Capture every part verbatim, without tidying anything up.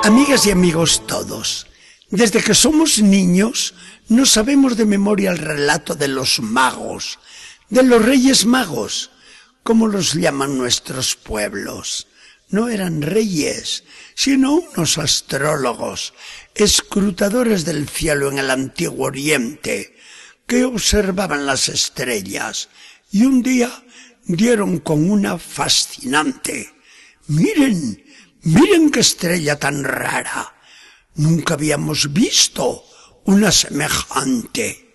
Amigas y amigos todos, desde que somos niños no sabemos de memoria el relato de los magos, de los reyes magos, como los llaman nuestros pueblos. No eran reyes, sino unos astrólogos, escrutadores del cielo en el antiguo Oriente, que observaban las estrellas y un día dieron con una fascinante. ¡Miren! ¡Miren qué estrella tan rara! Nunca habíamos visto una semejante.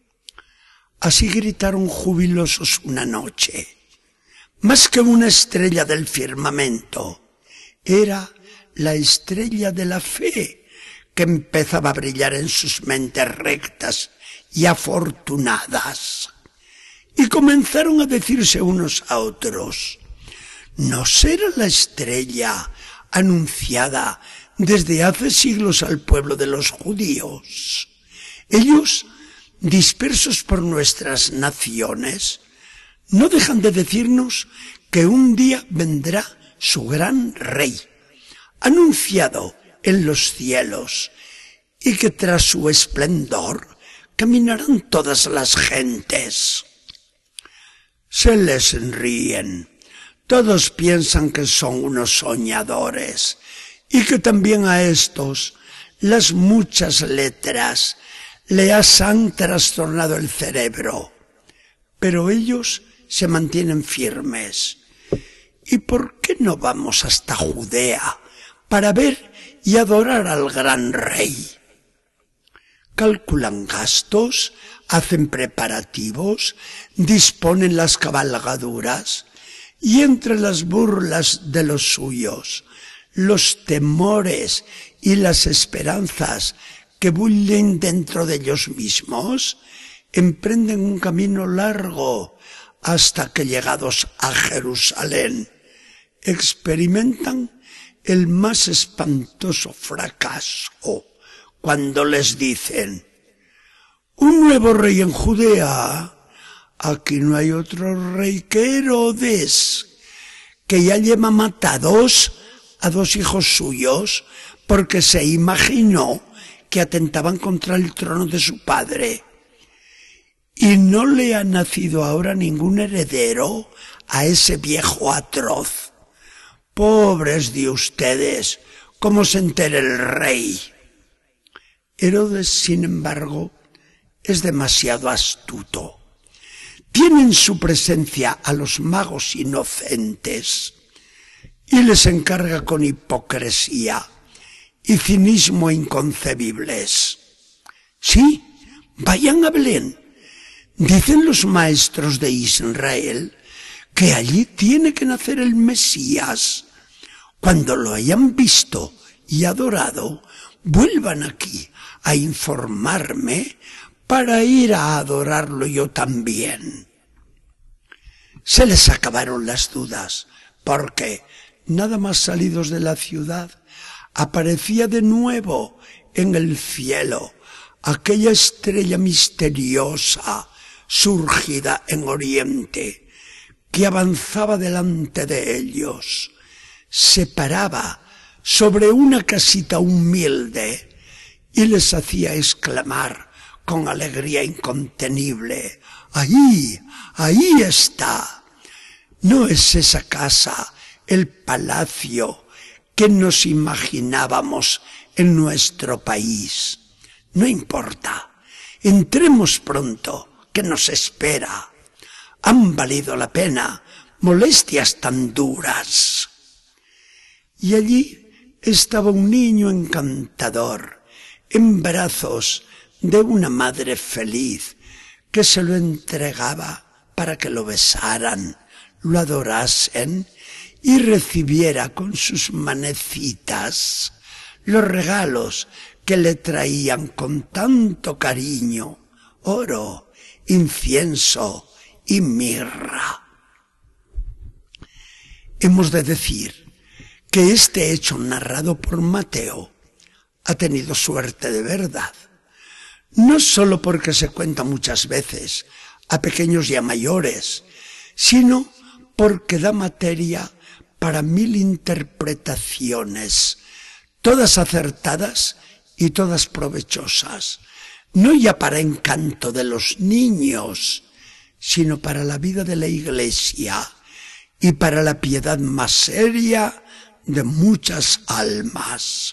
Así gritaron jubilosos una noche. Más que una estrella del firmamento, era la estrella de la fe que empezaba a brillar en sus mentes rectas y afortunadas. Y comenzaron a decirse unos a otros: ¿no será la estrella anunciada desde hace siglos al pueblo de los judíos? Ellos, dispersos por nuestras naciones, no dejan de decirnos que un día vendrá su gran rey, anunciado en los cielos, y que tras su esplendor caminarán todas las gentes. Se les ríen. Todos piensan que son unos soñadores y que también a estos las muchas letras les han trastornado el cerebro. Pero ellos se mantienen firmes. ¿Y por qué no vamos hasta Judea para ver y adorar al gran rey? Calculan gastos, hacen preparativos, disponen las cabalgaduras, y entre las burlas de los suyos, los temores y las esperanzas que bullen dentro de ellos mismos, emprenden un camino largo hasta que, llegados a Jerusalén, experimentan el más espantoso fracaso cuando les dicen: un nuevo rey en Judea. Aquí no hay otro rey que Herodes, que ya lleva matados a dos hijos suyos porque se imaginó que atentaban contra el trono de su padre. Y no le ha nacido ahora ningún heredero a ese viejo atroz. Pobres de ustedes, ¿cómo se entere el rey? Herodes, sin embargo, es demasiado astuto. Tiene en su presencia a los magos inocentes y les encarga con hipocresía y cinismo inconcebibles: sí, vayan a Belén. Dicen los maestros de Israel que allí tiene que nacer el Mesías. Cuando lo hayan visto y adorado, vuelvan aquí a informarme para ir a adorarlo yo también. Se les acabaron las dudas, porque, nada más salidos de la ciudad, aparecía de nuevo en el cielo aquella estrella misteriosa surgida en Oriente, que avanzaba delante de ellos, se paraba sobre una casita humilde y les hacía exclamar con alegría incontenible: ¡ahí, ahí está! ¿No es esa casa el palacio que nos imaginábamos en nuestro país? No importa, entremos pronto, que nos espera. Han valido la pena molestias tan duras. Y allí estaba un niño encantador, en brazos de una madre feliz, que se lo entregaba para que lo besaran, lo adorasen y recibiera con sus manecitas los regalos que le traían con tanto cariño: oro, incienso y mirra. Hemos de decir que este hecho narrado por Mateo ha tenido suerte de verdad. No sólo porque se cuenta muchas veces a pequeños y a mayores, sino porque da materia para mil interpretaciones, todas acertadas y todas provechosas, no ya para encanto de los niños, sino para la vida de la Iglesia y para la piedad más seria de muchas almas.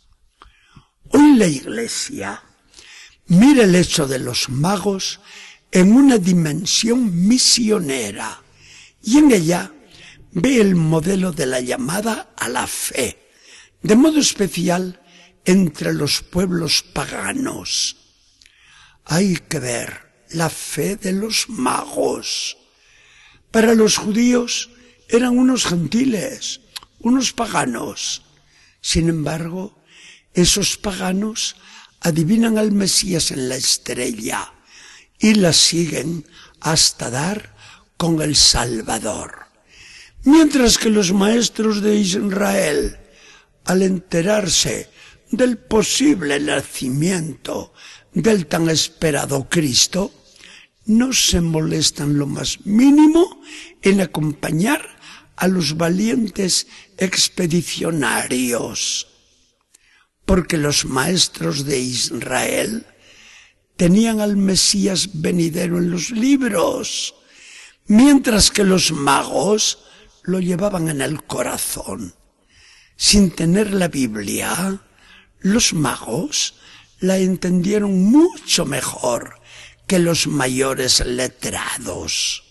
Hoy la Iglesia mira el hecho de los magos en una dimensión misionera y en ella ve el modelo de la llamada a la fe, de modo especial entre los pueblos paganos. Hay que ver la fe de los magos. Para los judíos eran unos gentiles, unos paganos. Sin embargo, esos paganos adivinan al Mesías en la estrella y la siguen hasta dar con el Salvador. Mientras que los maestros de Israel, al enterarse del posible nacimiento del tan esperado Cristo, no se molestan lo más mínimo en acompañar a los valientes expedicionarios, porque los maestros de Israel tenían al Mesías venidero en los libros, mientras que los magos lo llevaban en el corazón. Sin tener la Biblia, los magos la entendieron mucho mejor que los mayores letrados.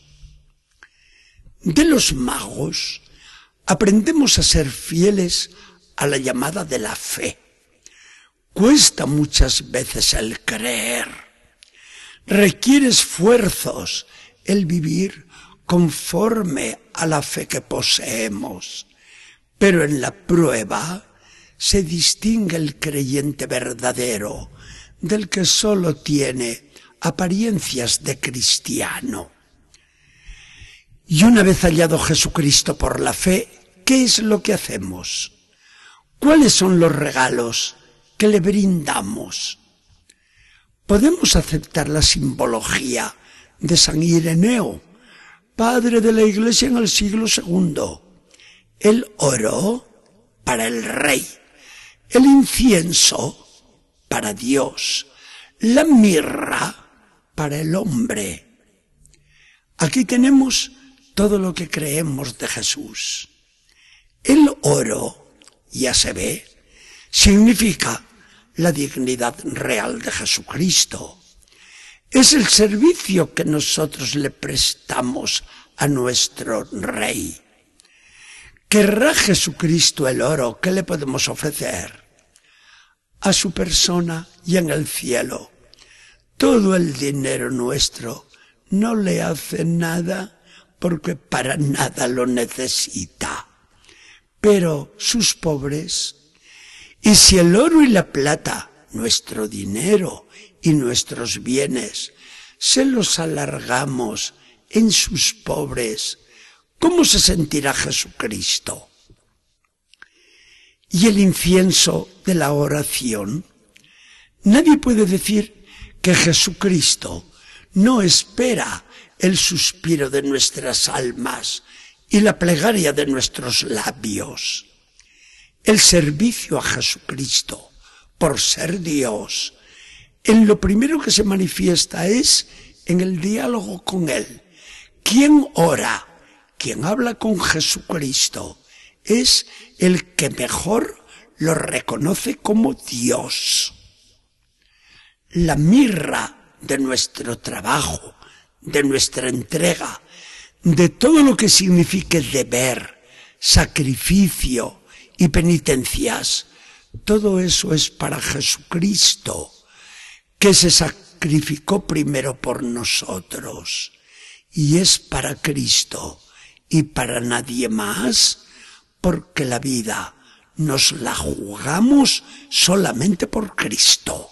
De los magos aprendemos a ser fieles a la llamada de la fe. Cuesta muchas veces el creer. Requiere esfuerzos el vivir conforme a la fe que poseemos. Pero en la prueba se distingue el creyente verdadero del que solo tiene apariencias de cristiano. Y una vez hallado Jesucristo por la fe, ¿qué es lo que hacemos? ¿Cuáles son los regalos que le brindamos? Podemos aceptar la simbología de San Ireneo, padre de la Iglesia en el siglo segundo. El oro para el rey, el incienso para Dios, la mirra para el hombre. Aquí tenemos todo lo que creemos de Jesús. El oro, ya se ve, significa la dignidad real de Jesucristo. Es el servicio que nosotros le prestamos a nuestro Rey. ¿Querrá Jesucristo el oro? ¿Qué le podemos ofrecer? A su persona y en el cielo. Todo el dinero nuestro no le hace nada porque para nada lo necesita. Pero sus pobres, y si el oro y la plata, nuestro dinero y nuestros bienes, se los alargamos en sus pobres, ¿cómo se sentirá Jesucristo? Y el incienso de la oración. Nadie puede decir que Jesucristo no espera el suspiro de nuestras almas y la plegaria de nuestros labios. El servicio a Jesucristo, por ser Dios, en lo primero que se manifiesta es en el diálogo con Él. ¿Quién ora? Quien habla con Jesucristo es el que mejor lo reconoce como Dios. La mirra de nuestro trabajo, de nuestra entrega, de todo lo que signifique deber, sacrificio y penitencias, todo eso es para Jesucristo, que se sacrificó primero por nosotros, y es para Cristo y para nadie más, porque la vida nos la jugamos solamente por Cristo.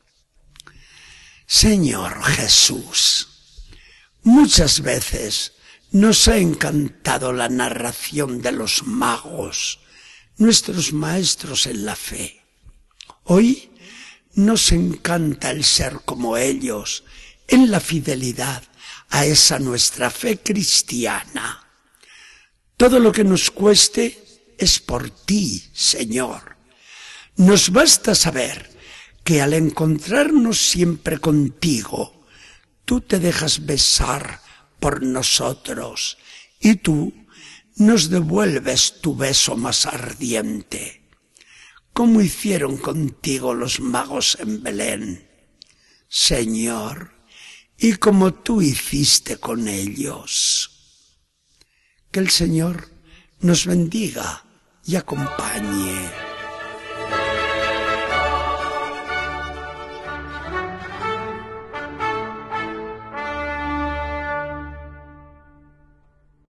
Señor Jesús, muchas veces nos ha encantado la narración de los magos, nuestros maestros en la fe. Hoy nos encanta el ser como ellos, en la fidelidad a esa nuestra fe cristiana. Todo lo que nos cueste es por ti, Señor. Nos basta saber que al encontrarnos siempre contigo, tú te dejas besar por nosotros y tú nos devuelves tu beso más ardiente, como hicieron contigo los magos en Belén, Señor, y como tú hiciste con ellos. Que el Señor nos bendiga y acompañe.